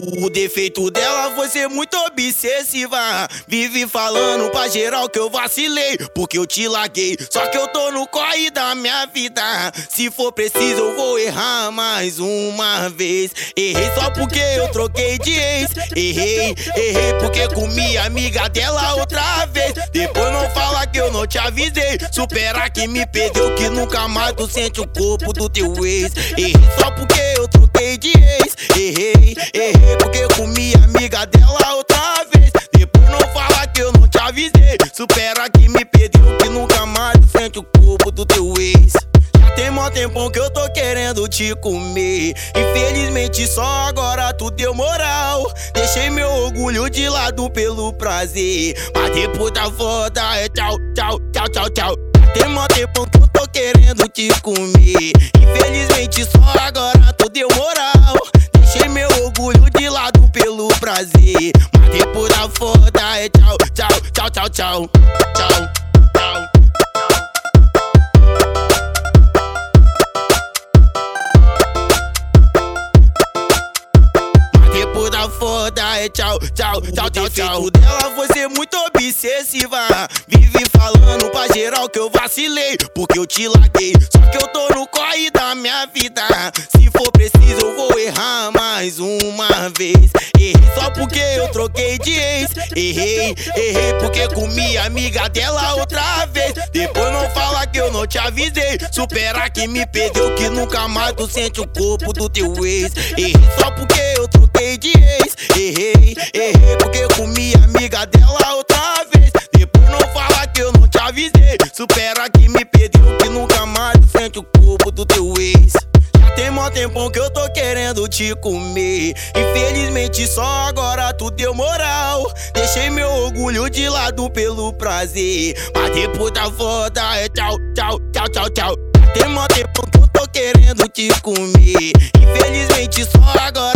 O defeito dela foi ser muito obsessiva. Vive falando pra geral que eu vacilei, porque eu te larguei. Só que eu tô no corre da minha vida. Se for preciso eu vou errar mais uma vez. Errei só porque eu troquei de ex. Errei porque comi a amiga dela outra vez. Depois não fala que eu não te avisei. Supera que me perdeu, que nunca mais tu sente o corpo do teu ex. Errei só porque eu troquei de ex. Errei porque comi a amiga dela outra vez. Depois não fala que eu não te avisei. Supera que me perdeu, que nunca mais tu sente o corpo do teu ex. Já tem mó tempão que eu tô querendo te comer. Infelizmente só agora tu deu moral. Deixei meu orgulho de lado pelo prazer, mas depois da foda é tchau, tchau, tchau, tchau, tchau. Tem mó tempão que eu tô querendo te comer. Infelizmente só agora tu deu moral. Deixei meu orgulho de lado pelo prazer, mas depois da foda é tchau, tchau, tchau, tchau, tchau, tchau, tchau. Depois da foda é tchau, tchau, tchau, tchau, tchau. O dela foi ser muito obsessiva. Vive falando pra geral que eu vacilei, porque eu te larguei. Só que eu tô no corre da minha vida. Se for preciso eu vou errar mais uma vez. Errei só porque eu troquei de ex. Errei porque comi a amiga dela outra vez. Depois não fala que eu não te avisei. Supera que me perdeu, que nunca mais tu sente o corpo do teu ex. Errei só porque eu troquei de ex. Errei porque comi a amiga dela outra vez. Depois não fala que eu não te avisei. Supera que me perdeu, que nunca mais tu sente o corpo do teu ex. Já tem mó tempão que eu tô querendo te comer. Infelizmente só agora tu deu moral. Deixei meu orgulho de lado pelo prazer, mas depois da foda é tchau, tchau, tchau, tchau, tchau. Já tem mó tempão que eu tô querendo te comer. Infelizmente só agora